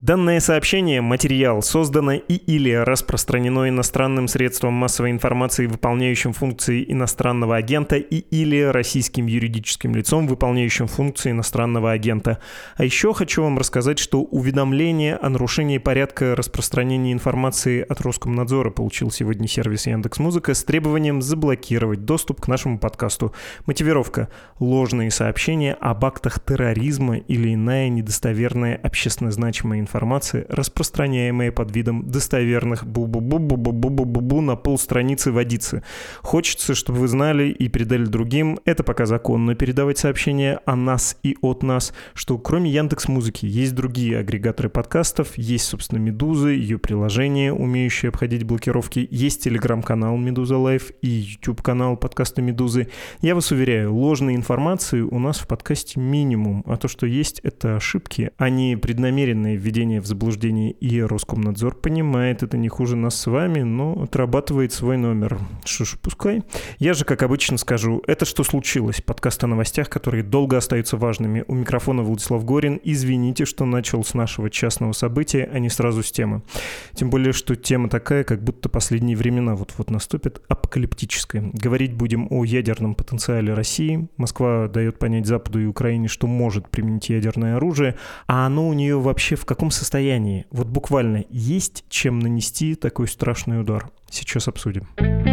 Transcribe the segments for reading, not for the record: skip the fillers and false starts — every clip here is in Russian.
Данное сообщение, материал, создано или распространено иностранным средством массовой информации, выполняющим функции иностранного агента, или российским юридическим лицом, выполняющим функции иностранного агента. А еще хочу вам рассказать, что уведомление о нарушении порядка распространения информации от Роскомнадзора получил сегодня сервис Яндекс.Музыка с требованием заблокировать доступ к нашему подкасту. Мотивировка: ложные сообщения об актах терроризма или иная недостоверная общественно значимая информация, распространяемая под видом достоверных бу-бу-бу-бу-бу-бу-бу-бу на полстраницы водицы. Хочется, чтобы вы знали и передали другим, это пока законно, передавать сообщения о нас и от нас, что кроме Яндекс.Музыки есть другие агрегаторы подкастов, есть, собственно, Медуза, ее приложение, умеющее обходить блокировки, есть телеграм-канал Медуза Лайв и YouTube-канал подкаста Медузы. Я вас уверяю, ложной информации у нас в подкасте минимум, а то, что есть, это ошибки, а не преднамеренное введение в заблуждение, и Роскомнадзор понимает это не хуже нас с вами, но отрабатывает свой номер. Что ж, пускай. Я же, как обычно, скажу, это что случилось? Подкаст о новостях, которые долго остаются важными. У микрофона Владислав Горин. Извините, что начал с нашего частного события, а не сразу с темы. Тем более, что тема такая, как будто последние времена вот-вот наступят, апокалиптическая. Говорить будем о ядерном потенциале России. Москва дает понять Западу и Украине, что может применить ядерное оружие, а оно у нее вообще в каком состоянии? Вот буквально есть чем нанести такой страшный удар? Сейчас обсудим.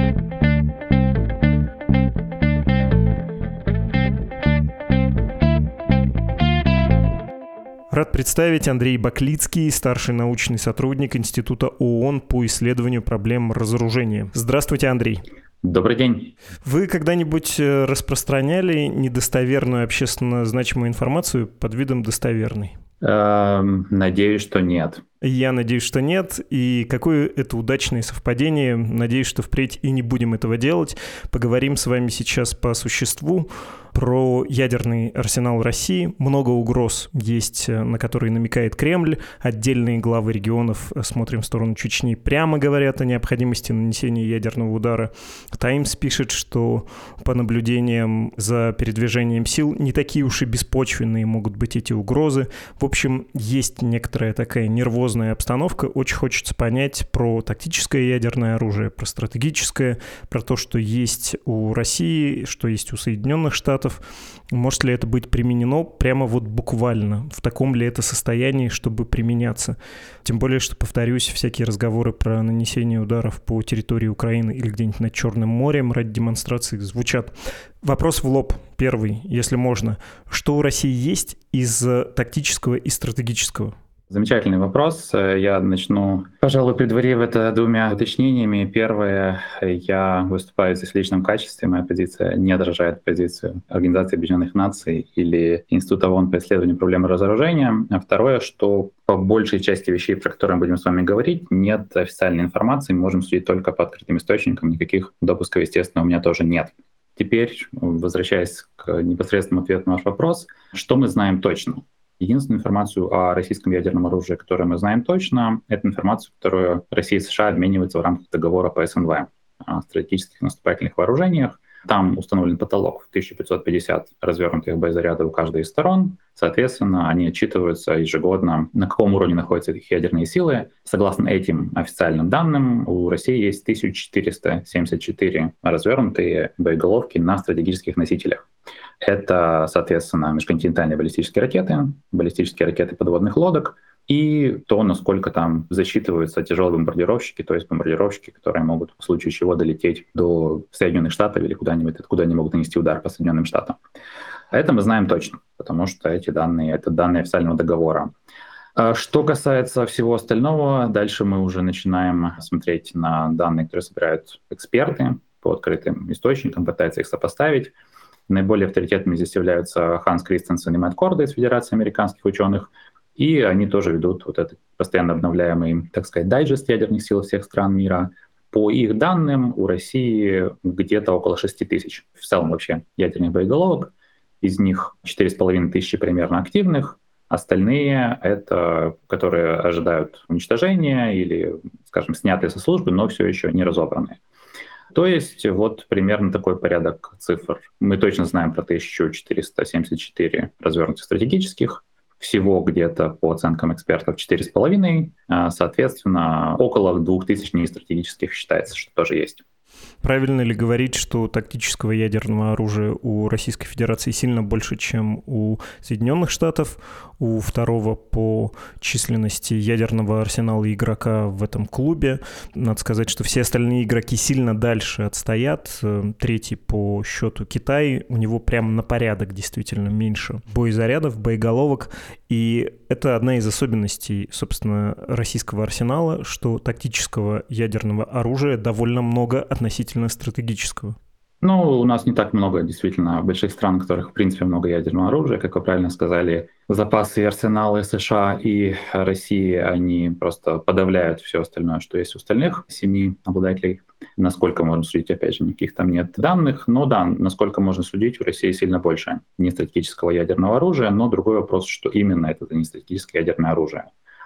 Рад представить: Андрей Баклицкий, старший научный сотрудник Института ООН по исследованию проблем разоружения. Здравствуйте, Андрей. Добрый день. Вы когда-нибудь распространяли недостоверную общественно значимую информацию под видом достоверной? Надеюсь, что нет. Я надеюсь, что нет. И какое это удачное совпадение. Надеюсь, что впредь и не будем этого делать. Поговорим с вами сейчас по существу про ядерный арсенал России. Много угроз есть, на которые намекает Кремль. Отдельные главы регионов, смотрим в сторону Чечни, прямо говорят о необходимости нанесения ядерного удара. Таймс пишет, что по наблюдениям за передвижением сил не такие уж и беспочвенные могут быть эти угрозы. В общем, есть некоторая такая нервозная обстановка. Очень хочется понять про тактическое ядерное оружие, про стратегическое, про то, что есть у России, что есть у Соединенных Штатов. Может ли это быть применено прямо вот буквально? В таком ли это состоянии, чтобы применяться? Тем более, что, повторюсь, всякие разговоры про нанесение ударов по территории Украины или где-нибудь над Черным морем ради демонстрации звучат. Вопрос в лоб, первый, если можно. Что у России есть из тактического и стратегического? Замечательный вопрос. Я начну, пожалуй, предварив это двумя уточнениями. Первое, я выступаю здесь в личном качестве. Моя позиция не отражает позицию Организации Объединенных Наций или Института ООН по исследованию проблемы разоружения. А второе, что по большей части вещей, про которые мы будем с вами говорить, нет официальной информации. Мы можем судить только по открытым источникам. Никаких допусков, естественно, у меня тоже нет. Теперь, возвращаясь к непосредственному ответу на ваш вопрос, что мы знаем точно? Единственную информацию о российском ядерном оружии, которую мы знаем точно, это информация, которую Россия и США обмениваются в рамках договора по СНВ о стратегических наступательных вооружениях. Там установлен потолок в 1550 развернутых боезарядов у каждой из сторон. Соответственно, они отчитываются ежегодно, на каком уровне находятся их ядерные силы. Согласно этим официальным данным, у России есть 1474 развернутые боеголовки на стратегических носителях. Это, соответственно, межконтинентальные баллистические ракеты подводных лодок и то, насколько там засчитываются тяжелые бомбардировщики, то есть бомбардировщики, которые могут в случае чего долететь до Соединенных Штатов или куда-нибудь, откуда они могут нанести удар по Соединенным Штатам. Это мы знаем точно, потому что эти данные — это данные официального договора. Что касается всего остального, дальше мы уже начинаем смотреть на данные, которые собирают эксперты по открытым источникам, пытаются их сопоставить. Наиболее авторитетными здесь являются Ханс Кристенсен и Мэтт Корда из Федерации американских ученых. И они тоже ведут вот этот постоянно обновляемый, так сказать, дайджест ядерных сил всех стран мира. По их данным, у России где-то около 6 тысяч в целом вообще ядерных боеголовок. Из них 4,5 тысячи примерно активных. Остальные — это которые ожидают уничтожения или, скажем, снятые со службы, но все еще не разобранные. То есть вот примерно такой порядок цифр. Мы точно знаем про 1474 развернутых стратегических Всего где-то, по оценкам экспертов, 4,5. Соответственно, около 2000 нестратегических считается, что тоже есть. Правильно ли говорить, что тактического ядерного оружия у Российской Федерации сильно больше, чем у Соединенных Штатов, у второго по численности ядерного арсенала игрока в этом клубе? Надо сказать, что все остальные игроки сильно дальше отстоят. Третий по счету Китай, у него прямо на порядок действительно меньше боезарядов, боеголовок. И это одна из особенностей, собственно, российского арсенала, что тактического ядерного оружия довольно много относительно стратегического. Ну, у нас не так много действительно больших стран, у которых, в принципе, много ядерного оружия. Как вы правильно сказали, запасы и арсеналы США и России, они просто подавляют все остальное, что есть у остальных 7 обладателей. Насколько можно судить, опять же, никаких там нет данных. Но да, насколько можно судить, у России сильно больше нестратегического ядерного оружия. Но другой вопрос, что именно это нестратегическое ядерное оружие.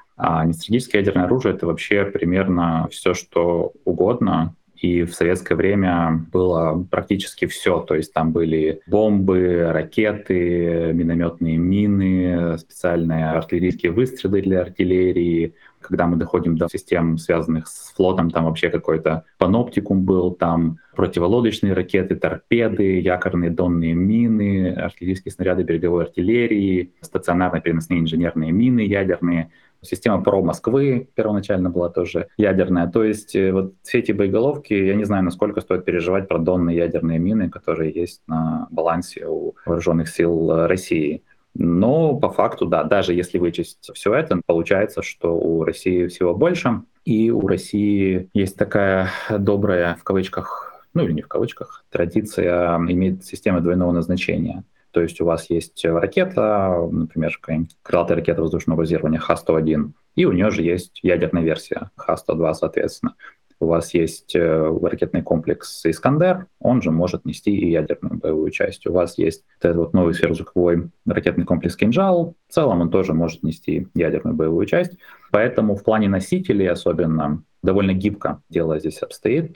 А нестратегическое ядерное оружие — это вообще примерно все, что угодно. И в советское время было практически все. То есть там были бомбы, ракеты, минометные мины, специальные артиллерийские выстрелы для артиллерии. Когда мы доходим до систем, связанных с флотом, там вообще какой-то паноптикум был, там противолодочные ракеты, торпеды, якорные донные мины, артиллерийские снаряды береговой артиллерии, стационарные переносные инженерные мины ядерные. Система ПРО Москвы первоначально была тоже ядерная. То есть вот все эти боеголовки, я не знаю, насколько стоит переживать про донные ядерные мины, которые есть на балансе у вооруженных сил России. Но по факту, да, даже если вычесть все это, получается, что у России всего больше. И у России есть такая добрая, в кавычках, ну или не в кавычках, традиция иметь систему двойного назначения. То есть у вас есть ракета, например, какая-нибудь крылатая ракета воздушного базирования Х-101, и у нее же есть ядерная версия Х-102, соответственно. У вас есть ракетный комплекс «Искандер», он же может нести и ядерную боевую часть. У вас есть этот вот новый сверхзвуковой ракетный комплекс «Кинжал», в целом он тоже может нести ядерную боевую часть. Поэтому в плане носителей особенно довольно гибко дело здесь обстоит,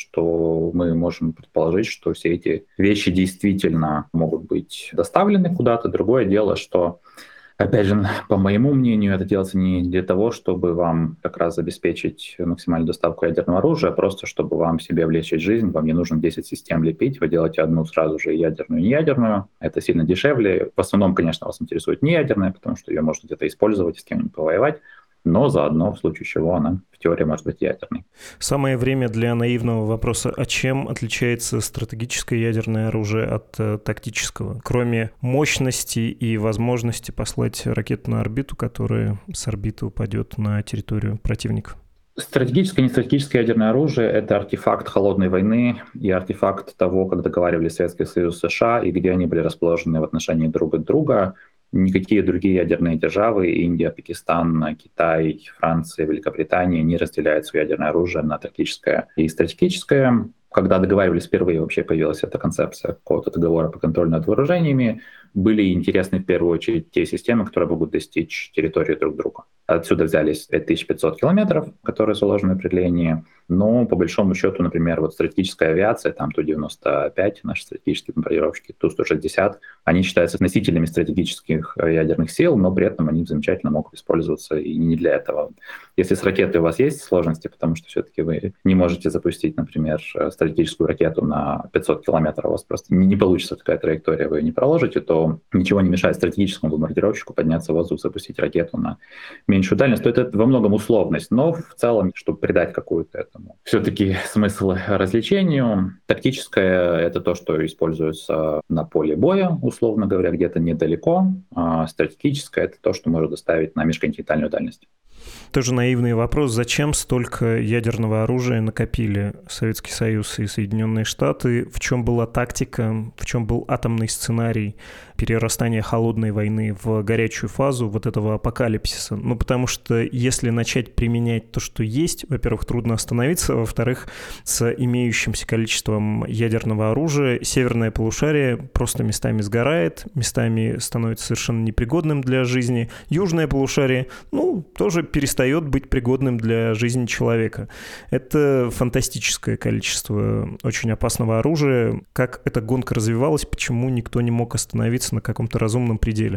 что мы можем предположить, что все эти вещи действительно могут быть доставлены куда-то. Другое дело, что, опять же, по моему мнению, это делается не для того, чтобы вам как раз обеспечить максимальную доставку ядерного оружия, а просто чтобы вам себе облегчить жизнь. Вам не нужно 10 систем лепить, вы делаете одну сразу же, ядерную и неядерную. Это сильно дешевле. В основном, конечно, вас интересует неядерная, потому что ее можно где-то использовать, с кем-нибудь повоевать. Но заодно, в случае чего, она в теории может быть ядерной. Самое время для наивного вопроса, а чем отличается стратегическое ядерное оружие от тактического? Кроме мощности и возможности послать ракету на орбиту, которая с орбиты упадет на территорию противника. Стратегическое и нестратегическое ядерное оружие — это артефакт холодной войны и артефакт того, как договаривались Советский Союз и США, и где они были расположены в отношении друг от друга. Никакие другие ядерные державы, Индия, Пакистан, Китай, Франция, Великобритания, не разделяют свое ядерное оружие на тактическое и стратегическое. Когда договаривались впервые, вообще появилась эта концепция какого-то договора по контролю над вооружениями, были интересны в первую очередь те системы, которые могут достичь территории друг друга. Отсюда взялись 5500 километров, которые заложены в определении. Но по большому счету, например, вот стратегическая авиация, там Ту-95, наши стратегические бомбардировщики, Ту-160, они считаются носителями стратегических ядерных сил, но при этом они замечательно могут использоваться и не для этого. Если с ракетой у вас есть сложности, потому что все-таки вы не можете запустить, например, стратегическую ракету на 500 километров, у вас просто не получится такая траектория, вы ее не проложите, то ничего не мешает стратегическому бомбардировщику подняться в воздух, запустить ракету на меньшую дальность. То это во многом условность, но в целом, чтобы придать какую-то этому все-таки смысл развлечению, тактическое — это то, что используется на поле боя, условно говоря, где-то недалеко, а стратегическое — это то, что может доставить на межконтинентальную дальность. Тоже наивный вопрос. Зачем столько ядерного оружия накопили Советский Союз и Соединенные Штаты? В чем была тактика? В чем был атомный сценарий перерастания холодной войны в горячую фазу вот этого апокалипсиса? Ну, потому что если начать применять то, что есть, во-первых, трудно остановиться, а во-вторых, с имеющимся количеством ядерного оружия северное полушарие просто местами сгорает, местами становится совершенно непригодным для жизни. Южное полушарие, тоже перестает быть пригодным для жизни человека. Это фантастическое количество очень опасного оружия. Как эта гонка развивалась, почему никто не мог остановиться на каком-то разумном пределе?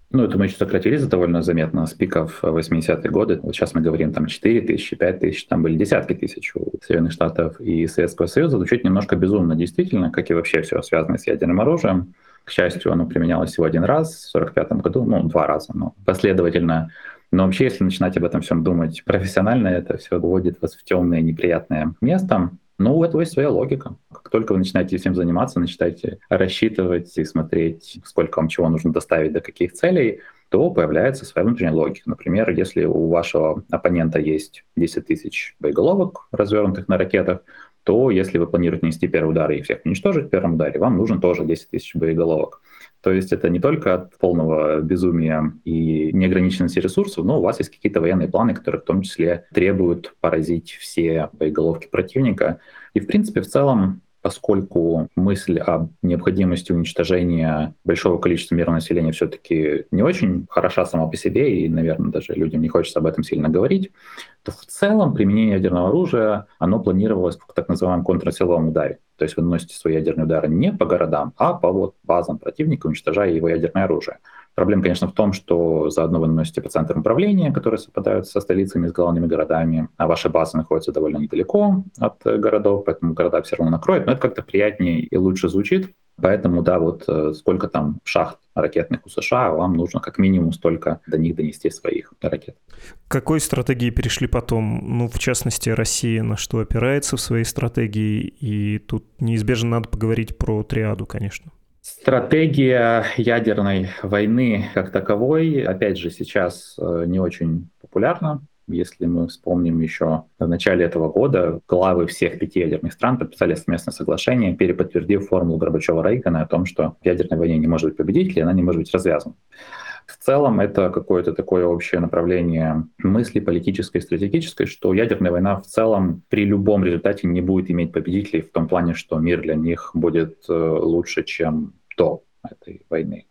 Ну, это мы еще сократились довольно заметно с пиков 80-е годы. Вот сейчас мы говорим там 4 тысячи, 5 тысяч, там были десятки тысяч у Соединенных Штатов и Советского Союза. Звучит немножко безумно, действительно, как и вообще все связанное с ядерным оружием. К счастью, оно применялось всего один раз в 1945 году, ну, 2 раза, но последовательно. Но вообще, если начинать об этом всем думать профессионально, это все уводит вас в темное, неприятное место. Ну, у этого есть своя логика. Как только вы начинаете всем заниматься, начинаете рассчитывать и смотреть, сколько вам чего нужно доставить до каких целей, то появляется своя внутренняя логика. Например, если у вашего оппонента есть 10 тысяч боеголовок, развернутых на ракетах, то если вы планируете нанести первый удар и всех уничтожить в первом ударе, вам нужно тоже 10 тысяч боеголовок. То есть это не только от полного безумия и неограниченности ресурсов, но у вас есть какие-то военные планы, которые в том числе требуют поразить все боеголовки противника. И в принципе, в целом, поскольку мысль об необходимости уничтожения большого количества мирного населения все-таки не очень хороша сама по себе, и, наверное, даже людям не хочется об этом сильно говорить, то в целом применение ядерного оружия, оно планировалось в так называемом контрсиловом ударе. То есть вы наносите свои ядерные удары не по городам, а по вот базам противника, уничтожая его ядерное оружие. Проблема, конечно, в том, что заодно вы наносите по центрам управления, которые совпадают со столицами, с главными городами, а ваши базы находятся довольно недалеко от городов, поэтому города все равно накроют, но это как-то приятнее и лучше звучит. Поэтому, да, вот сколько там шахт ракетных у США, вам нужно как минимум столько до них донести своих ракет. К какой стратегии перешли потом? Ну, в частности, Россия на что опирается в своей стратегии, и тут неизбежно надо поговорить про триаду, конечно. Стратегия ядерной войны как таковой, опять же, сейчас не очень популярна. Если мы вспомним еще в начале этого года, главы всех 5 ядерных стран подписали совместное соглашение, переподтвердив формулу Горбачева-Рейгана о том, что в ядерной войне не может быть победителей, она не может быть развязана. В целом это какое-то такое общее направление мысли политической и стратегической, что ядерная война в целом при любом результате не будет иметь победителей в том плане, что мир для них будет лучше, чем до этой войны.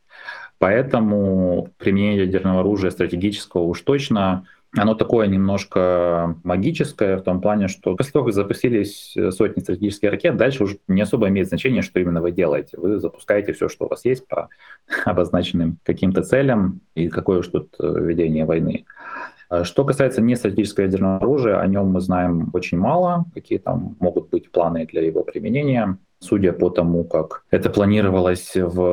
Поэтому применение ядерного оружия стратегического уж точно оно такое немножко магическое в том плане, что после того, как запустились сотни стратегических ракет, дальше уже не особо имеет значение, что именно вы делаете. Вы запускаете все, что у вас есть по обозначенным каким-то целям, и какое уж тут ведение войны. Что касается нестратегического ядерного оружия, о нем мы знаем очень мало, какие там могут быть планы для его применения. Судя по тому, как это планировалось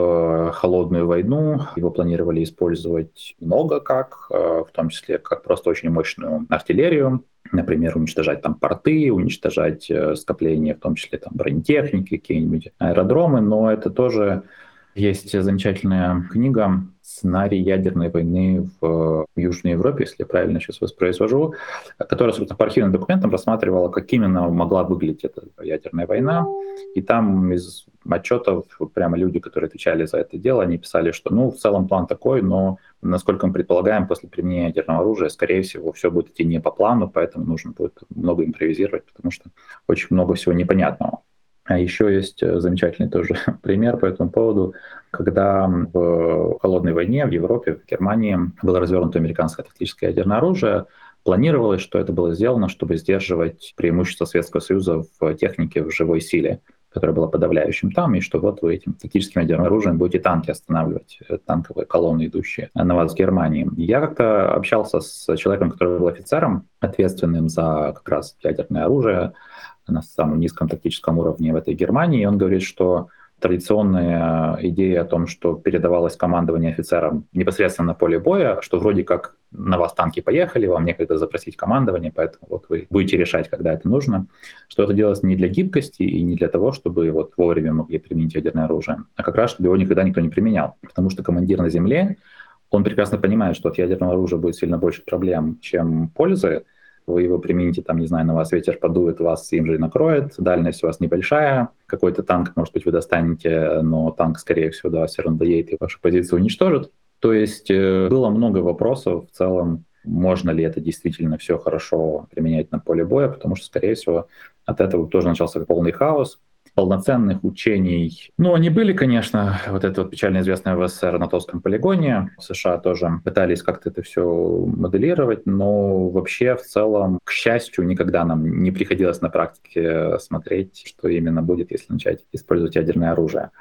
в холодную войну, его планировали использовать много как, в том числе как просто очень мощную артиллерию, например, уничтожать там порты, уничтожать скопления, в том числе там бронетехники, какие-нибудь аэродромы, но это тоже есть замечательная книга «Сценарий ядерной войны в Южной Европе», если я правильно сейчас воспроизвожу, которая, собственно, по архивным документам рассматривала, как именно могла выглядеть эта ядерная война. И там из отчетов прямо люди, которые отвечали за это дело, они писали, что, ну, в целом план такой, но, насколько мы предполагаем, после применения ядерного оружия, скорее всего, все будет идти не по плану, поэтому нужно будет много импровизировать, потому что очень много всего непонятного. А еще есть замечательный тоже пример по этому поводу, когда в холодной войне в Европе, в Германии было развернуто американское тактическое ядерное оружие. Планировалось, что это было сделано, чтобы сдерживать преимущество Советского Союза в технике, в живой силе, которая была подавляющим там, и что вот вы этим тактическим ядерным оружием будете танки останавливать, танковые колонны, идущие на вас в Германии. Я как-то общался с человеком, который был офицером, ответственным за как раз ядерное оружие, на самом низком тактическом уровне в этой Германии. И он говорит, что традиционная идея о том, что передавалось командование офицерам непосредственно на поле боя, что вроде как на вас танки поехали, вам некогда запросить командование, поэтому вот вы будете решать, когда это нужно, что это делалось не для гибкости и не для того, чтобы вот вовремя могли применить ядерное оружие, а как раз, чтобы его никогда никто не применял. Потому что командир на земле, он прекрасно понимает, что от ядерного оружия будет сильно больше проблем, чем пользы. Вы его примените, там, не знаю, на вас ветер подует, вас им же и накроет, дальность у вас небольшая, какой-то танк, может быть, вы достанете, но танк, скорее всего, до вас все равно доедет и вашу позицию уничтожит. То есть было много вопросов в целом, можно ли это действительно все хорошо применять на поле боя, потому что, скорее всего, от этого тоже начался полный хаос. Полноценных учений. Ну, они были, конечно, вот это вот печально известное в СССР на Товском полигоне. В США тоже пытались как-то это все моделировать, но вообще в целом, к счастью, никогда нам не приходилось на практике смотреть, что именно будет, если начать использовать ядерное оружие.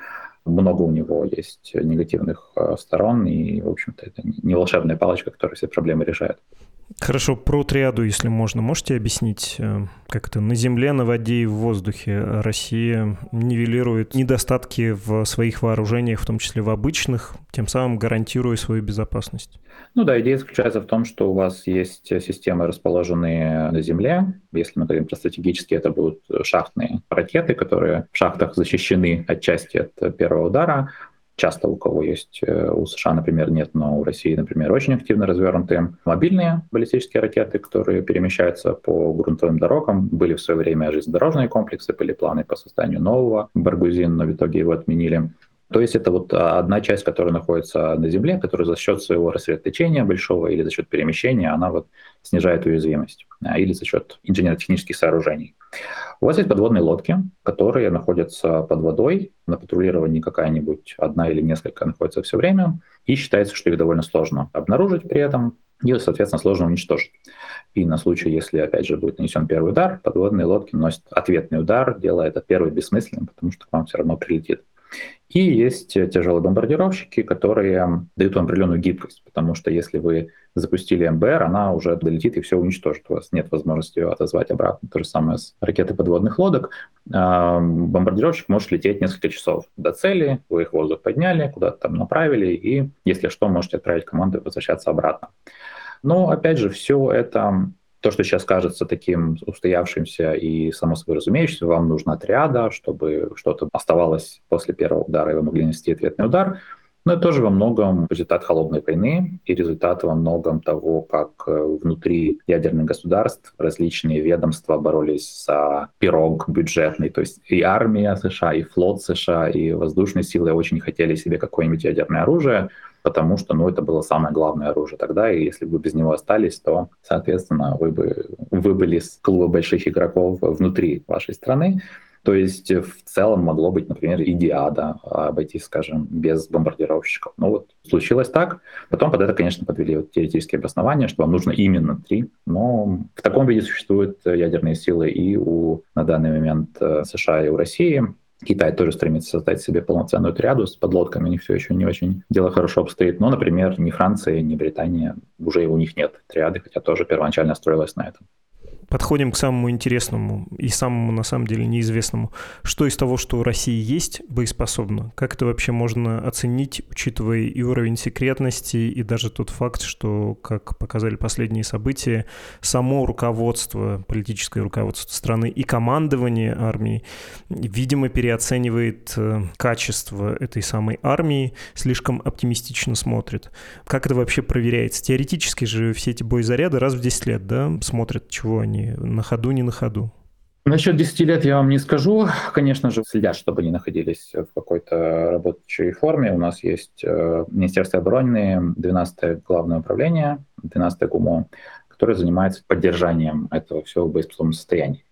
Много у него есть негативных сторон, и, в общем-то, это не волшебная палочка, которая все проблемы решает. Хорошо, про триаду, если можно, можете объяснить, как это на земле, на воде и в воздухе Россия нивелирует недостатки в своих вооружениях, в том числе в обычных, тем самым гарантируя свою безопасность? Ну да, идея заключается в том, что у вас есть системы, расположенные на земле. Если мы говорим про стратегические, это будут шахтные ракеты, которые в шахтах защищены отчасти от первого удара. Часто у кого есть, у США, например, нет, но у России, например, очень активно развернуты мобильные баллистические ракеты, которые перемещаются по грунтовым дорогам. Были в свое время железнодорожные комплексы, были планы по созданию нового Баргузин, но в итоге его отменили. То есть это вот одна часть, которая находится на Земле, которая за счет своего рассредоточения большого или за счет перемещения, она вот снижает уязвимость, или за счет инженерно-технических сооружений. У вас есть подводные лодки, которые находятся под водой, на патрулировании какая-нибудь одна или несколько находится все время, и считается, что их довольно сложно обнаружить при этом, и, соответственно, сложно уничтожить. И на случай, если, опять же, будет нанесен первый удар, подводные лодки наносят ответный удар, делая этот первый бессмысленным, потому что к вам все равно прилетит. И есть тяжелые бомбардировщики, которые дают вам определенную гибкость, потому что если вы запустили МБР, она уже долетит и все уничтожит. У вас нет возможности ее отозвать обратно. То же самое с ракетой подводных лодок. Бомбардировщик может лететь несколько часов до цели, вы их в воздух подняли, куда-то там направили, и, если что, можете отправить команду и возвращаться обратно. Но, опять же, все это... То, что сейчас кажется таким устоявшимся и само собой разумеющимся, вам нужна триада, чтобы что-то оставалось после первого удара, и вы могли нанести ответный удар. Но это тоже во многом результат холодной войны и результат во многом того, как внутри ядерных государств различные ведомства боролись за пирог бюджетный. То есть и армия США, и флот США, и воздушные силы очень хотели себе какое-нибудь ядерное оружие, потому что, это было самое главное оружие тогда, и если бы вы без него остались, то, соответственно, вы были с клуба больших игроков внутри вашей страны. То есть в целом могло быть, например, и Диада обойтись, скажем, без бомбардировщиков. Случилось так. Потом под это, конечно, подвели теоретические обоснования, что вам нужно именно 3. Но в таком виде существуют ядерные силы и на данный момент США, и у России. Китай тоже стремится создать себе полноценную триаду с подлодками, у них все еще не очень дело хорошо обстоит. Но, например, ни Франция, ни Британия, уже у них нет триады, хотя тоже первоначально строилась на этом. Подходим к самому интересному и самому, на самом деле, неизвестному. Что из того, что у России есть, боеспособно? Как это вообще можно оценить, учитывая и уровень секретности, и даже тот факт, что, как показали последние события, само руководство, политическое руководство страны и командование армии, видимо, переоценивает качество этой самой армии, слишком оптимистично смотрит. Как это вообще проверяется? Теоретически же все эти боезаряды раз в 10 лет, да, смотрят, чего они на ходу, не на ходу. Насчет 10 лет я вам не скажу. Конечно же, следят, чтобы они находились в какой-то рабочей форме. У нас есть Министерство обороны, 12-е главное управление, 12-е ГУМО, которое занимается поддержанием этого всего в боеспособном состоянии.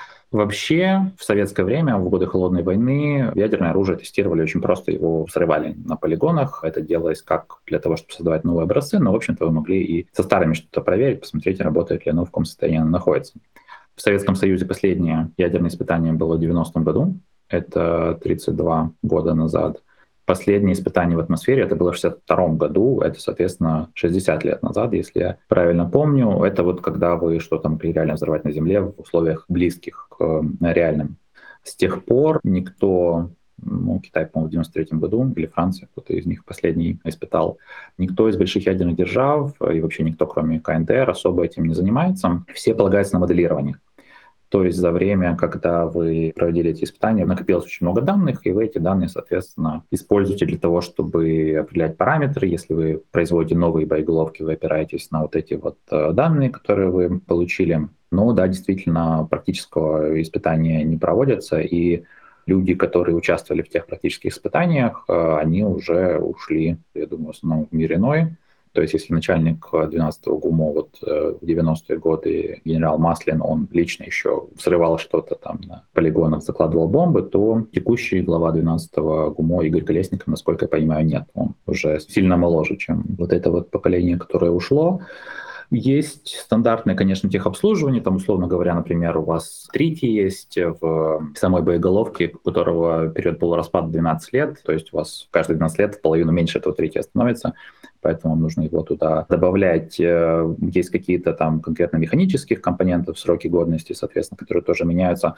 Вообще, в советское время, в годы Холодной войны, ядерное оружие тестировали очень просто, его взрывали на полигонах. Это делалось как для того, чтобы создавать новые образцы, но, в общем-то, вы могли и со старыми что-то проверить, посмотреть, работает ли оно, в каком состоянии оно находится. В Советском Союзе последнее ядерное испытание было в 90-м году, это 32 года назад. Последнее испытание в атмосфере это было в 1962 году, это, соответственно, 60 лет назад, если я правильно помню. Это когда вы что-то могли реально взорвать на Земле в условиях близких к реальным. С тех пор никто, Китай, по-моему, в 1993 году, или Франция, кто-то из них последний испытал, никто из больших ядерных держав и вообще никто, кроме КНДР, особо этим не занимается. Все полагаются на моделирование. То есть за время, когда вы проводили эти испытания, накопилось очень много данных, и вы эти данные, соответственно, используете для того, чтобы определять параметры. Если вы производите новые боеголовки, вы опираетесь на эти данные, которые вы получили. Но да, действительно, практического испытания не проводятся, и люди, которые участвовали в тех практических испытаниях, они уже ушли, я думаю, в основном в мир иной. То есть если начальник 12-го ГУМО в 90-е годы генерал Маслин, он лично еще взрывал что-то там на полигонах, закладывал бомбы, то текущий глава 12-го ГУМО Игорь Колесников, насколько я понимаю, нет. Он уже сильно моложе, чем это поколение, которое ушло. Есть стандартное, конечно, техобслуживание, там, условно говоря, например, у вас трити есть в самой боеголовке, у которого период полураспада 12 лет, то есть у вас каждые 12 лет в половину меньше этого трития становится, поэтому вам нужно его туда добавлять. Есть какие-то там конкретно механических компонентов, сроки годности, соответственно, которые тоже меняются,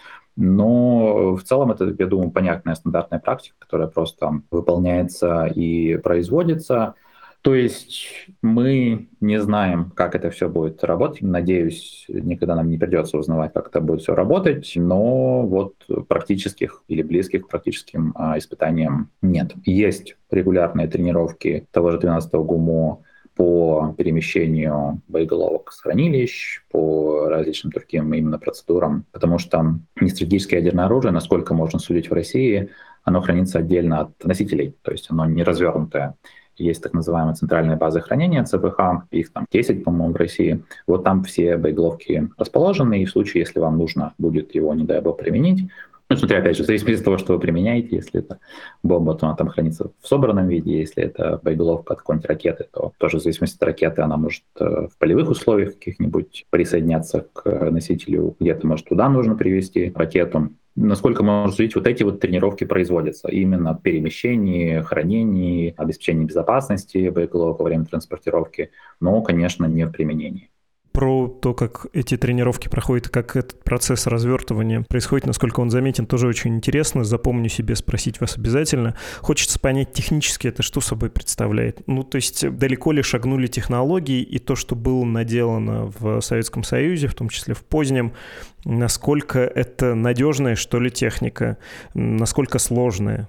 но в целом это, я думаю, понятная стандартная практика, которая просто выполняется и производится. То есть мы не знаем, как это все будет работать. Надеюсь, никогда нам не придется узнавать, как это будет все работать, но вот практических или близких к практическим испытаниям нет. Есть регулярные тренировки того же 12-го ГУМО по перемещению боеголовок с хранилищ, по различным другим именно процедурам, потому что нестратегическое ядерное оружие, насколько можно судить в России, оно хранится отдельно от носителей, то есть оно не развернутое. Есть так называемые центральные базы хранения ЦБХ, их там 10, по-моему, в России. Вот там все боеголовки расположены, и в случае, если вам нужно будет его, не дай бог, применить, ну, смотря, опять же, в зависимости от того, что вы применяете, если это бомба, то она там хранится в собранном виде, если это боеголовка от какой-нибудь ракеты, то тоже в зависимости от ракеты она может в полевых условиях каких-нибудь присоединяться к носителю, где-то, может, туда нужно привести ракету. Насколько можно судить, вот эти вот тренировки производятся именно перемещении, хранении, обеспечении безопасности боеголовок во время транспортировки, но, конечно, не в применении. Про то, как эти тренировки проходят, как этот процесс развертывания происходит, насколько он заметен, тоже очень интересно. Запомню себе спросить вас обязательно. Хочется понять технически, это что собой представляет. Ну, то есть далеко ли шагнули технологии и то, что было наделано в Советском Союзе, в том числе в позднем, насколько это надежная, что ли, техника, насколько сложная?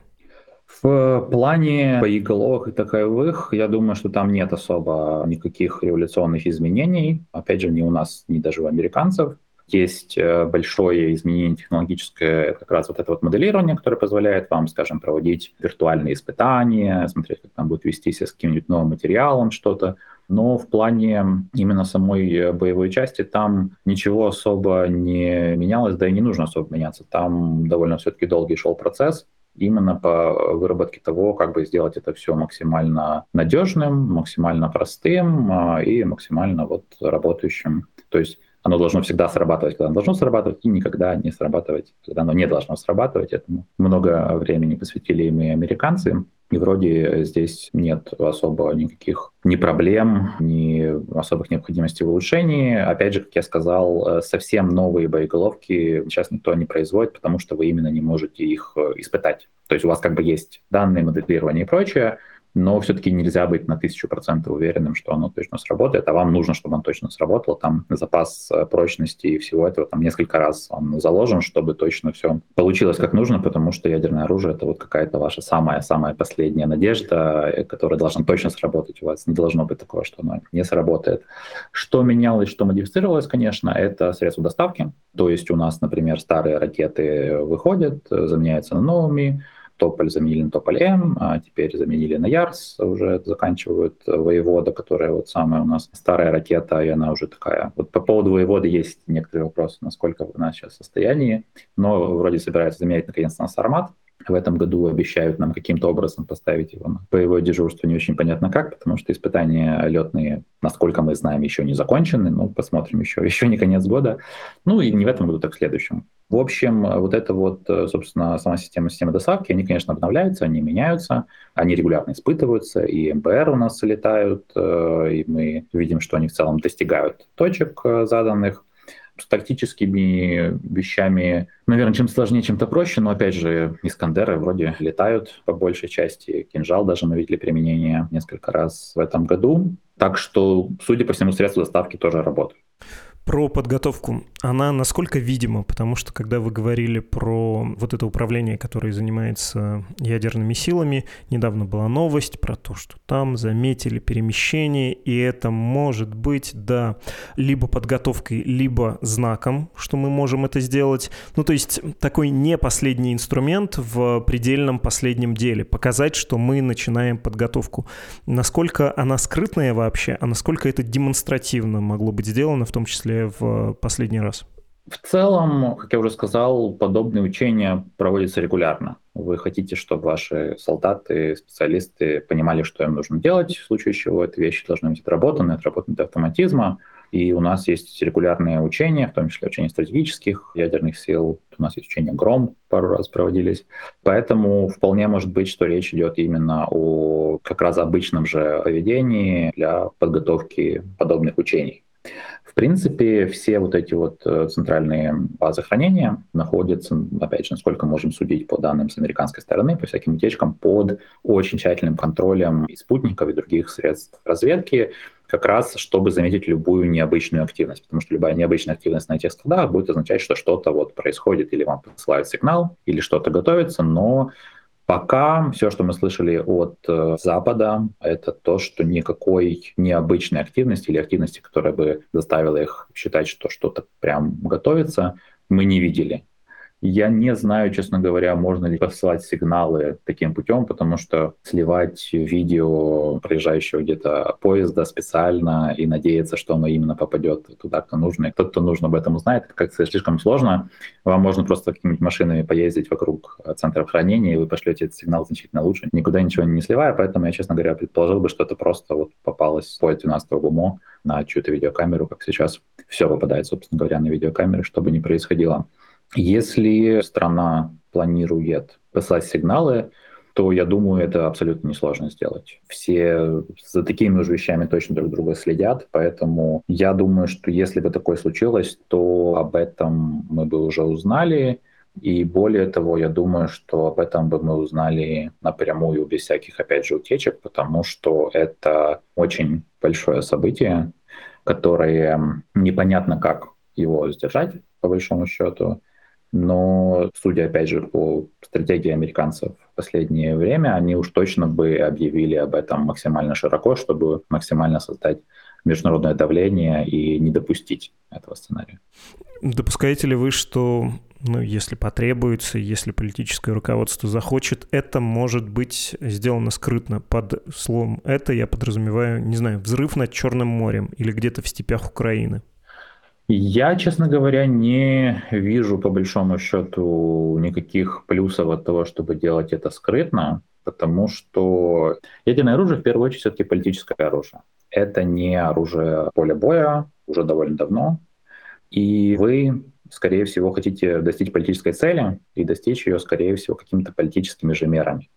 В плане боеголовок и таковых, я думаю, что там нет особо никаких революционных изменений. Опять же, ни у нас, ни даже у американцев. Есть большое изменение технологическое, как раз вот это вот моделирование, которое позволяет вам, скажем, проводить виртуальные испытания, смотреть, как там будет вестись с каким-нибудь новым материалом что-то. Но в плане именно самой боевой части там ничего особо не менялось, да и не нужно особо меняться. Там довольно все-таки долгий шел процесс именно по выработке того, как бы сделать это все максимально надежным, максимально простым и максимально вот работающим. То есть оно должно всегда срабатывать, когда оно должно срабатывать, и никогда не срабатывать, когда оно не должно срабатывать. Этому много времени посвятили им и американцы. И вроде здесь нет особо никаких ни проблем, ни особых необходимостей в улучшении. Опять же, как я сказал, совсем новые боеголовки сейчас никто не производит, потому что вы именно не можете их испытать. То есть у вас как бы есть данные, моделирование и прочее, но все-таки нельзя быть на 1000% уверенным, что оно точно сработает, а вам нужно, чтобы оно точно сработало. Там запас прочности и всего этого там несколько раз он заложен, чтобы точно все получилось как нужно, потому что ядерное оружие — это вот какая-то ваша самая-самая последняя надежда, которая должна точно сработать. У вас не должно быть такого, что оно не сработает. Что менялось, что модифицировалось, конечно, это средства доставки. То есть у нас, например, старые ракеты выходят, заменяются на новыми, Тополь заменили на Тополь-М, а теперь заменили на Ярс, уже заканчивают Воевода, которая вот самая у нас старая ракета, и она уже такая. Вот по поводу Воеводы есть некоторые вопросы, насколько у нас сейчас состоянии, но вроде собираются заменять наконец-то на Сармат. В этом году обещают нам каким-то образом поставить его на боевое дежурство, не очень понятно как, потому что испытания летные, насколько мы знаем, еще не закончены, но посмотрим, еще не конец года. Ну и не в этом году, так в следующем. В общем, вот это вот, собственно, сама система доставки, они, конечно, обновляются, они меняются, они регулярно испытываются, и МБР у нас летают, и мы видим, что они в целом достигают точек заданных. С тактическими вещами, наверное, чем сложнее, чем-то проще, но, опять же, Искандеры вроде летают по большей части, кинжал даже мы видели применение несколько раз в этом году, так что, судя по всему, средства доставки тоже работают. Про подготовку. Она насколько видима? Потому что, когда вы говорили про вот это управление, которое занимается ядерными силами, недавно была новость про то, что там заметили перемещение, и это может быть, да, либо подготовкой, либо знаком, что мы можем это сделать. Ну, то есть такой не последний инструмент в предельном последнем деле. Показать, что мы начинаем подготовку. Насколько она скрытная вообще, а насколько это демонстративно могло быть сделано, в том числе в последний раз? В целом, как я уже сказал, подобные учения проводятся регулярно. Вы хотите, чтобы ваши солдаты, специалисты понимали, что им нужно делать, в случае чего эти вещи должны быть отработаны до автоматизма. И у нас есть регулярные учения, в том числе учения стратегических ядерных сил. У нас есть учения «Гром», пару раз проводились. Поэтому вполне может быть, что речь идет именно о как раз обычном же поведении для подготовки подобных учений. В принципе, все вот эти вот центральные базы хранения находятся, опять же, насколько можем судить по данным с американской стороны, по всяким утечкам, под очень тщательным контролем и спутников, и других средств разведки, как раз чтобы заметить любую необычную активность. Потому что любая необычная активность на этих складах будет означать, что что-то вот происходит, или вам посылают сигнал, или что-то готовится, но пока все, что мы слышали от Запада, это то, что никакой необычной активности или активности, которая бы заставила их считать, что что-то прям готовится, мы не видели. Я не знаю, честно говоря, можно ли посылать сигналы таким путем, потому что сливать видео проезжающего где-то поезда специально и надеяться, что оно именно попадет туда, кто нужно, и тот, кто нужно, об этом узнает, это как-то слишком сложно. Вам можно просто какими-нибудь машинами поездить вокруг центров хранения, и вы пошлете этот сигнал значительно лучше, никуда ничего не сливая. Поэтому я, честно говоря, предположил бы, что это просто вот попалось поезд 12 в УМО на чью-то видеокамеру, как сейчас все попадает, собственно говоря, на видеокамеры, что бы ни происходило. Если страна планирует посылать сигналы, то, я думаю, это абсолютно несложно сделать. Все за такими же вещами точно друг друга следят, поэтому я думаю, что если бы такое случилось, то об этом мы бы уже узнали. И более того, я думаю, что об этом бы мы узнали напрямую, без всяких, опять же, утечек, потому что это очень большое событие, которое непонятно, как его сдержать, по большому счету. Но, судя, опять же, по стратегии американцев в последнее время, они уж точно бы объявили об этом максимально широко, чтобы максимально создать международное давление и не допустить этого сценария. Допускаете ли вы, что, если потребуется, если политическое руководство захочет, это может быть сделано скрытно? Под словом «это» я подразумеваю, не знаю, взрыв над Черным морем или где-то в степях Украины? Я, честно говоря, не вижу, по большому счету, никаких плюсов от того, чтобы делать это скрытно, потому что ядерное оружие, в первую очередь, все-таки политическое оружие. Это не оружие поля боя уже довольно давно, и вы, скорее всего, хотите достичь политической цели и достичь ее, скорее всего, какими-то политическими же мерами.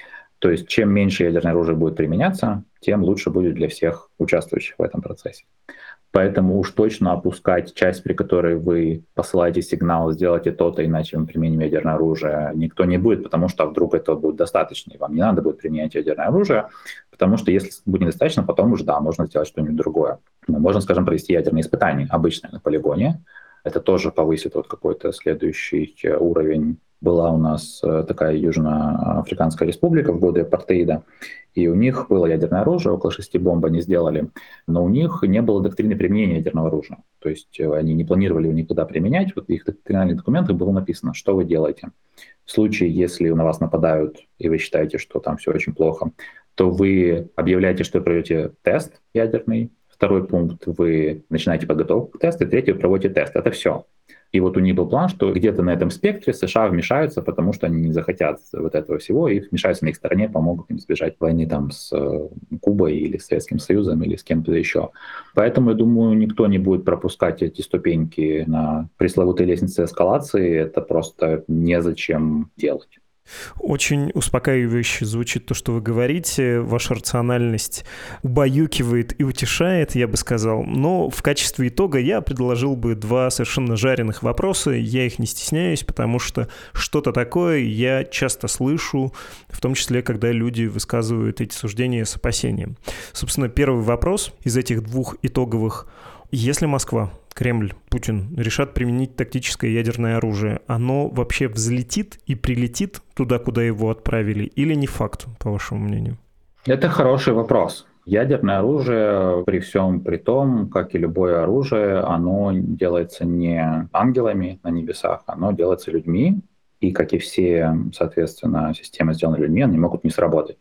То есть чем меньше ядерное оружие будет применяться, тем лучше будет для всех участвующих в этом процессе. Поэтому уж точно опускать часть, при которой вы посылаете сигнал «сделайте то-то, иначе мы применим ядерное оружие», никто не будет, потому что вдруг этого будет достаточно, и вам не надо будет применять ядерное оружие, потому что если будет недостаточно, потом уже, да, можно сделать что-нибудь другое. Можно, скажем, провести ядерные испытания, обычные на полигоне. Это тоже повысит вот какой-то следующий уровень. Была у нас такая Южноафриканская республика в годы апартеида, и у них было ядерное оружие, около 6 бомб они сделали, но у них не было доктрины применения ядерного оружия. То есть они не планировали его никуда применять. Вот в их доктринальных документах было написано, что вы делаете. В случае, если на вас нападают, и вы считаете, что там все очень плохо, то вы объявляете, что проведете тест ядерный. Второй пункт, вы начинаете подготовку к тесту. И третий, вы проводите тест. Это все. И вот у них был план, что где-то на этом спектре США вмешаются, потому что они не захотят вот этого всего, и вмешаются на их стороне, помогут им избежать войны там с Кубой или с Советским Союзом или с кем-то еще. Поэтому, я думаю, никто не будет пропускать эти ступеньки на пресловутой лестнице эскалации. Это просто незачем делать. Очень успокаивающе звучит то, что вы говорите. Ваша рациональность убаюкивает и утешает, я бы сказал. Но в качестве итога я предложил бы два совершенно жареных вопроса. Я их не стесняюсь, потому что что-то такое я часто слышу, в том числе, когда люди высказывают эти суждения с опасением. Собственно, первый вопрос из этих двух итоговых. Если Москва, Кремль, Путин решат применить тактическое ядерное оружие, оно вообще взлетит и прилетит туда, куда его отправили, или не факт, по вашему мнению? Это хороший вопрос. Ядерное оружие, при всем при том, как и любое оружие, оно делается не ангелами на небесах, оно делается людьми, и, как и все, соответственно, системы, сделанные людьми, они могут не сработать.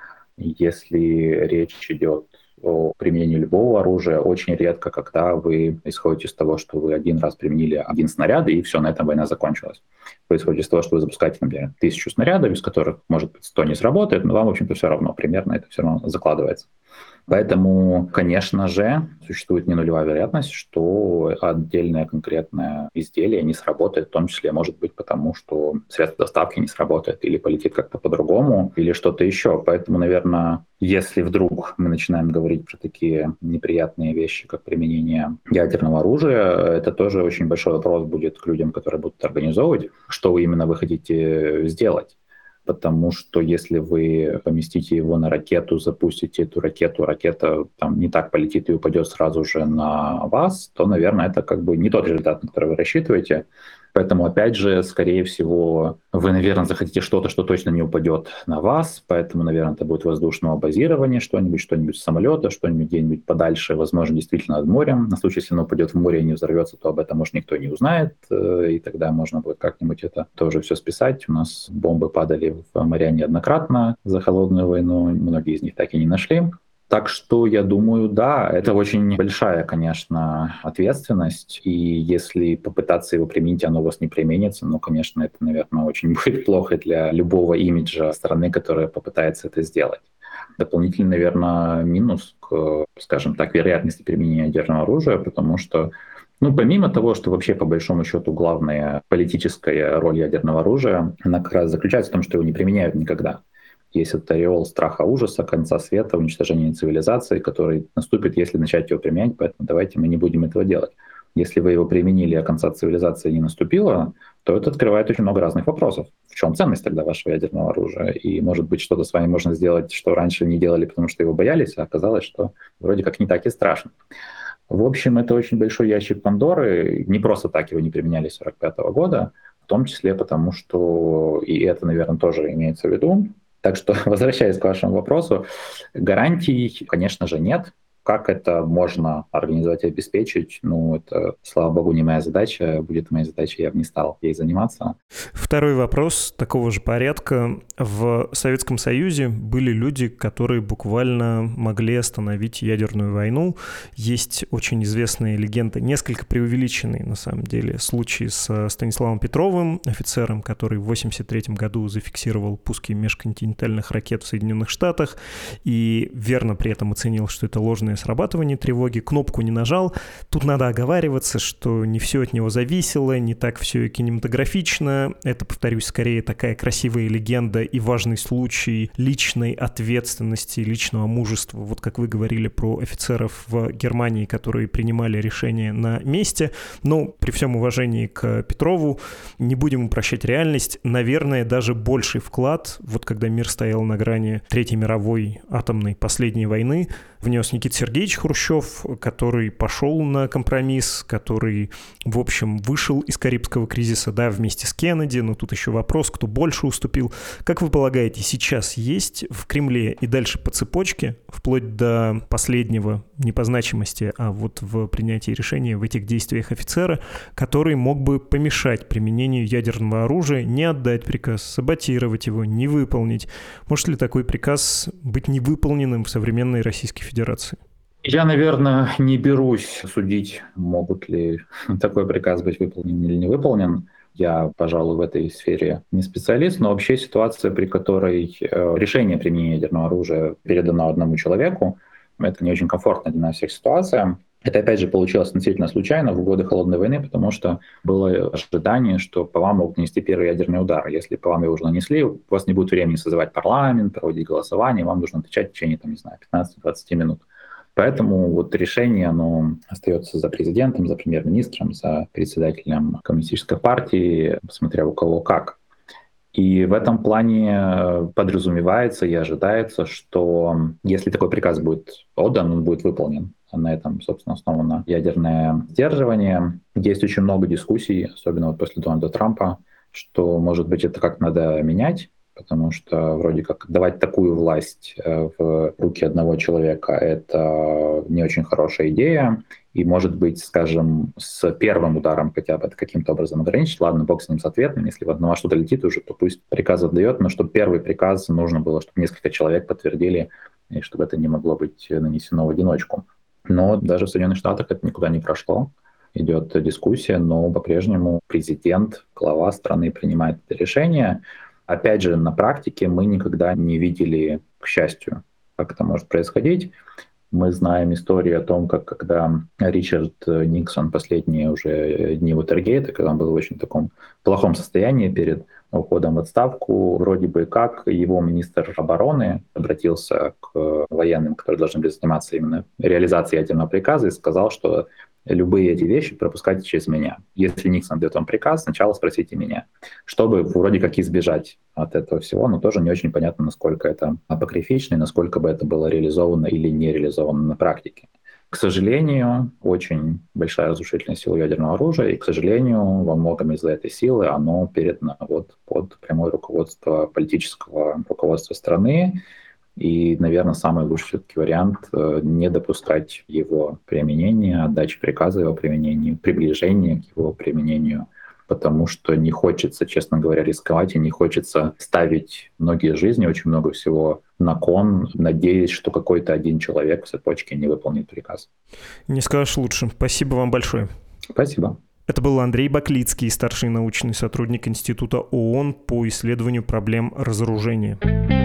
Если речь идет о применении любого оружия, очень редко, когда вы исходите из того, что вы один раз применили один снаряд, и все, на этом война закончилась. Вы исходите из того, что вы запускаете, например, 1000 снарядов, из которых, может быть, 100 не сработает, но вам, в общем-то, все равно, примерно это все равно закладывается. Поэтому, конечно же, существует не нулевая вероятность, что отдельное конкретное изделие не сработает, в том числе, может быть, потому что средство доставки не сработает или полетит как-то по-другому, или что-то еще. Поэтому, наверное, если вдруг мы начинаем говорить про такие неприятные вещи, как применение ядерного оружия, это тоже очень большой вопрос будет к людям, которые будут организовывать, что именно вы хотите сделать. Потому что если вы поместите его на ракету, запустите эту ракету, ракета там не так полетит и упадет сразу же на вас, то, наверное, это как бы не тот результат, на который вы рассчитываете. Поэтому, опять же, скорее всего, вы, наверное, захотите что-то, что точно не упадет на вас, поэтому, наверное, это будет воздушного базирования что-нибудь с самолета, что-нибудь где-нибудь подальше, возможно, действительно над морем. На случай, если оно упадет в море и не взорвется, то об этом, может, никто не узнает, и тогда можно будет как-нибудь это тоже все списать. У нас бомбы падали в моря неоднократно за холодную войну, многие из них так и не нашли. Так что я думаю, да, это очень большая, конечно, ответственность. И если попытаться его применить, оно у вас не применится, ну, конечно, это, наверное, очень будет плохо для любого имиджа страны, которая попытается это сделать. Дополнительный, наверное, минус к, скажем так, вероятности применения ядерного оружия, потому что помимо того, что вообще, по большому счету, главная политическая роль ядерного оружия, она как раз заключается в том, что его не применяют никогда. Есть этот ореол страха, ужаса, конца света, уничтожения цивилизации, который наступит, если начать его применять, поэтому давайте мы не будем этого делать. Если вы его применили, а конца цивилизации не наступило, то это открывает очень много разных вопросов. В чем ценность тогда вашего ядерного оружия? И, может быть, что-то с вами можно сделать, что раньше не делали, потому что его боялись, а оказалось, что вроде как не так и страшно. В общем, это очень большой ящик Пандоры. Не просто так его не применяли с 1945 года, в том числе потому, что, и это, наверное, тоже имеется в виду. Так что, возвращаясь к вашему вопросу, гарантий, конечно же, нет. Как это можно организовать и обеспечить? Это, слава богу, не моя задача. Будет моя задача, я бы не стал ей заниматься. Второй вопрос такого же порядка. В Советском Союзе были люди, которые буквально могли остановить ядерную войну. Есть очень известные легенды, несколько преувеличенные, на самом деле, случаи с Станиславом Петровым, офицером, который в 1983 году зафиксировал пуски межконтинентальных ракет в Соединенных Штатах и верно при этом оценил, что это ложное срабатывание тревоги, кнопку не нажал. Тут надо оговариваться, что не все от него зависело, не так все кинематографично. Это, повторюсь, скорее такая красивая легенда и важный случай личной ответственности, личного мужества. Вот как вы говорили про офицеров в Германии, которые принимали решения на месте. Но при всем уважении к Петрову не будем упрощать реальность. Наверное, даже больший вклад, вот когда мир стоял на грани Третьей мировой атомной последней войны, внес Никита Сергеевич Хрущев, который пошел на компромисс, который, в общем, вышел из Карибского кризиса, да, вместе с Кеннеди, но тут еще вопрос, кто больше уступил. Как вы полагаете, сейчас есть в Кремле и дальше по цепочке, вплоть до последнего, не по значимости, а вот в принятии решения в этих действиях офицера, который мог бы помешать применению ядерного оружия, не отдать приказ, саботировать его, не выполнить? Может ли такой приказ быть невыполненным в современной Российской Федерации? Я, наверное, не берусь судить, могут ли такой приказ быть выполнен или не выполнен. Я, пожалуй, в этой сфере не специалист, но вообще ситуация, при которой решение применения ядерного оружия передано одному человеку, это не очень комфортная для нас всех ситуация. Это, опять же, получилось относительно случайно в годы Холодной войны, потому что было ожидание, что по вам могут нанести первый ядерный удар. Если по вам его уже нанесли, у вас не будет времени созывать парламент, проводить голосование, вам нужно отвечать в течение, 15-20 минут. Поэтому вот решение, оно остается за президентом, за премьер-министром, за председателем коммунистической партии, смотря у кого как. И в этом плане подразумевается и ожидается, что если такой приказ будет отдан, он будет выполнен. На этом, собственно, основано ядерное сдерживание. Есть очень много дискуссий, особенно вот после Дональда Трампа, что, может быть, это как надо менять, потому что вроде как давать такую власть в руки одного человека — это не очень хорошая идея. И, может быть, скажем, с первым ударом хотя бы это каким-то образом ограничить. Ладно, бог с ним, с ответным. Если на вас что-то летит уже, то пусть приказ отдает. Но чтобы первый приказ нужно было, чтобы несколько человек подтвердили, и чтобы это не могло быть нанесено в одиночку. Но даже в Соединенных Штатах это никуда не прошло. Идет дискуссия, но по-прежнему президент, глава страны принимает это решение. Опять же, на практике мы никогда не видели, к счастью, как это может происходить. Мы знаем историю о том, как когда Ричард Никсон последние уже дни Уотергейта, когда он был в очень таком плохом состоянии перед уходом в отставку, вроде бы как его министр обороны обратился к военным, которые должны были заниматься именно реализацией ядерного приказа, и сказал, что любые эти вещи пропускайте через меня. Если Никсон дает вам приказ, сначала спросите меня, чтобы вроде как избежать от этого всего, но тоже не очень понятно, насколько это апокрифично и насколько бы это было реализовано или не реализовано на практике. К сожалению, очень большая разрушительная сила ядерного оружия, и, к сожалению, во многом из-за этой силы оно передано под прямое руководство политического руководства страны. И, наверное, самый лучший все-таки вариант — не допускать его применения, отдачи приказа его применению, приближения к его применению, потому что не хочется, честно говоря, рисковать, и не хочется ставить многие жизни, очень много всего на кон, надеясь, что какой-то один человек в цепочке не выполнит приказ. Не скажешь лучше. Спасибо вам большое. Спасибо. Это был Андрей Баклицкий, старший научный сотрудник Института ООН по исследованию проблем разоружения.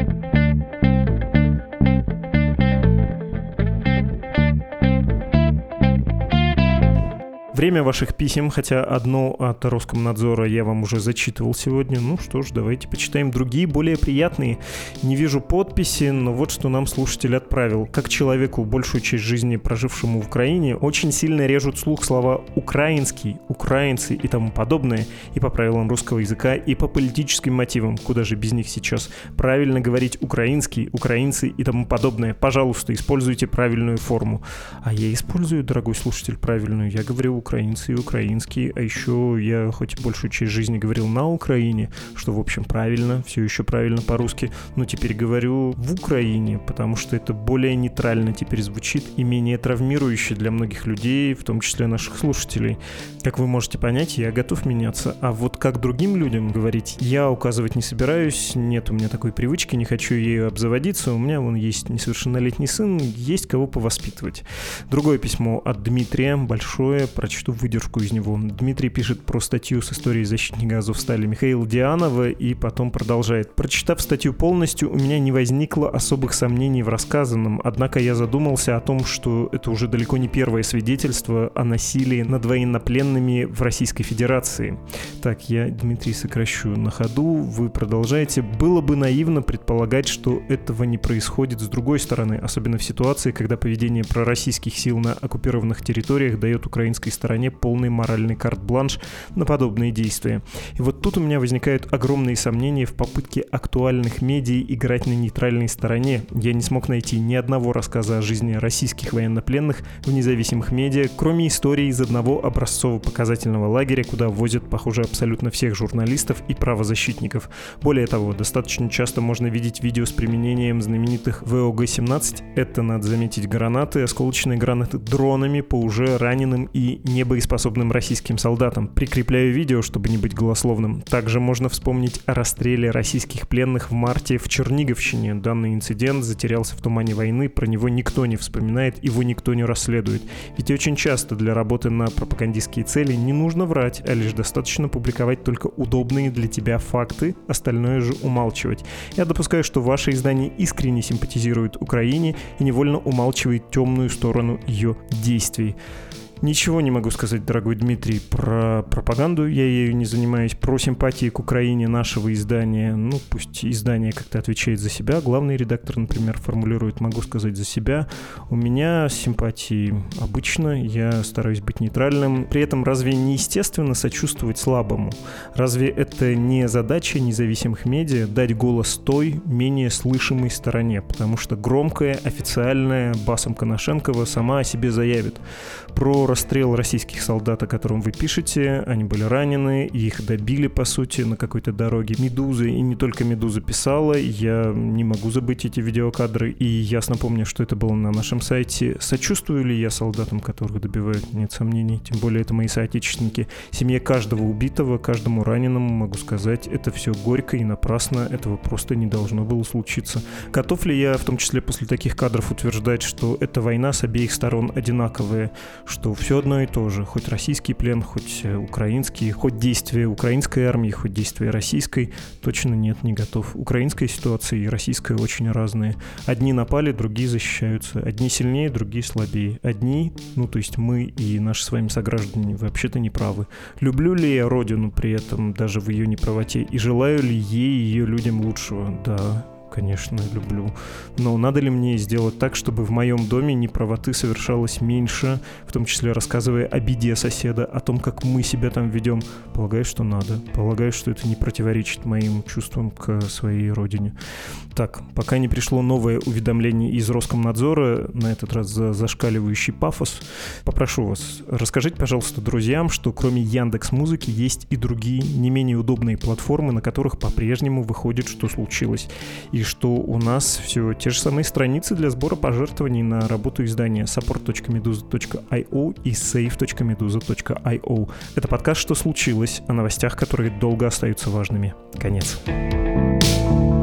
Время ваших писем, хотя одно от Роскомнадзора я вам уже зачитывал сегодня. Ну что ж, давайте почитаем другие, более приятные. Не вижу подписи, но вот что нам слушатель отправил. Как человеку, большую часть жизни прожившему в Украине, очень сильно режут слух слова «украинский», «украинцы» и тому подобное, и по правилам русского языка, и по политическим мотивам, куда же без них сейчас. Правильно говорить «украинский», «украинцы» и тому подобное. Пожалуйста, используйте правильную форму. А я использую, дорогой слушатель, правильную. Я говорю украинцы и украинские, а еще я хоть большую часть жизни говорил на Украине, что, в общем, правильно, все еще правильно по-русски, но теперь говорю в Украине, потому что это более нейтрально теперь звучит и менее травмирующе для многих людей, в том числе наших слушателей. Как вы можете понять, я готов меняться, а вот как другим людям говорить, я указывать не собираюсь, нет у меня такой привычки, не хочу ею обзаводиться, у меня вон есть несовершеннолетний сын, есть кого повоспитывать. Другое письмо от Дмитрия, большое, прочту выдержку из него. Дмитрий пишет про статью с историей защитника Азовстали Михаила Дианова и потом продолжает. Прочитав статью полностью, у меня не возникло особых сомнений в рассказанном, однако я задумался о том, что это уже далеко не первое свидетельство о насилии над военнопленными в Российской Федерации. Так, я, Дмитрий, сокращу на ходу, вы продолжаете. Было бы наивно предполагать, что этого не происходит с другой стороны, особенно в ситуации, когда поведение пророссийских сил на оккупированных территориях дает украинской стороне полный моральный карт-бланш на подобные действия. И вот тут у меня возникают огромные сомнения в попытке актуальных медиа играть на нейтральной стороне. Я не смог найти ни одного рассказа о жизни российских военнопленных в независимых медиа, кроме истории из одного образцово-показательного лагеря, куда возят, похоже, абсолютно всех журналистов и правозащитников. Более того, достаточно часто можно видеть видео с применением знаменитых ВОГ-17, это, надо заметить, гранаты, осколочные гранаты, дронами по уже раненым и небоеспособным российским солдатам. Прикрепляю видео, чтобы не быть голословным. Также можно вспомнить о расстреле российских пленных в марте в Черниговщине. Данный инцидент затерялся в тумане войны, про него никто не вспоминает, его никто не расследует. Ведь очень часто для работы на пропагандистские цели не нужно врать, а лишь достаточно публиковать только удобные для тебя факты, остальное же умалчивать. Я допускаю, что ваше издание искренне симпатизирует Украине и невольно умалчивает темную сторону ее действий. Ничего не могу сказать, дорогой Дмитрий, про пропаганду, я ею не занимаюсь, про симпатии к Украине нашего издания, ну пусть издание как-то отвечает за себя, главный редактор, например, формулирует, могу сказать за себя, у меня симпатии обычно, я стараюсь быть нейтральным, при этом разве не естественно сочувствовать слабому? Разве это не задача независимых медиа дать голос той, менее слышимой стороне, потому что громкая, официальная, басом Коношенкова сама о себе заявит. Про расстрел российских солдат, о котором вы пишете, они были ранены, их добили, по сути, на какой-то дороге. «Медуза», и не только «Медуза» писала, я не могу забыть эти видеокадры, и ясно помню, что это было на нашем сайте. Сочувствую ли я солдатам, которых добивают? Нет сомнений, тем более это мои соотечественники. Семье каждого убитого, каждому раненому, могу сказать, это все горько и напрасно, этого просто не должно было случиться. Готов ли я, в том числе после таких кадров, утверждать, что эта война с обеих сторон одинаковая, что все одно и то же. Хоть российский плен, хоть украинский, хоть действия украинской армии, хоть действия российской. Точно нет, не готов. Украинская ситуация и российская очень разные. Одни напали, другие защищаются. Одни сильнее, другие слабее. Одни, то есть мы и наши с вами сограждане, вообще-то не правы. Люблю ли я родину при этом, даже в ее неправоте? И желаю ли ей и ее людям лучшего? Да. Конечно, люблю. Но надо ли мне сделать так, чтобы в моем доме неправоты совершалось меньше, в том числе рассказывая о беде соседа, о том, как мы себя там ведем? Полагаю, что надо. Полагаю, что это не противоречит моим чувствам к своей родине. Так, пока не пришло новое уведомление из Роскомнадзора, на этот раз за зашкаливающий пафос, попрошу вас, расскажите, пожалуйста, друзьям, что кроме Яндекс.Музыки есть и другие, не менее удобные платформы, на которых по-прежнему выходит, что случилось. И что у нас все те же самые страницы для сбора пожертвований на работу издания support.meduza.io и save.meduza.io. Это подкаст «Что случилось?» о новостях, которые долго остаются важными. Конец.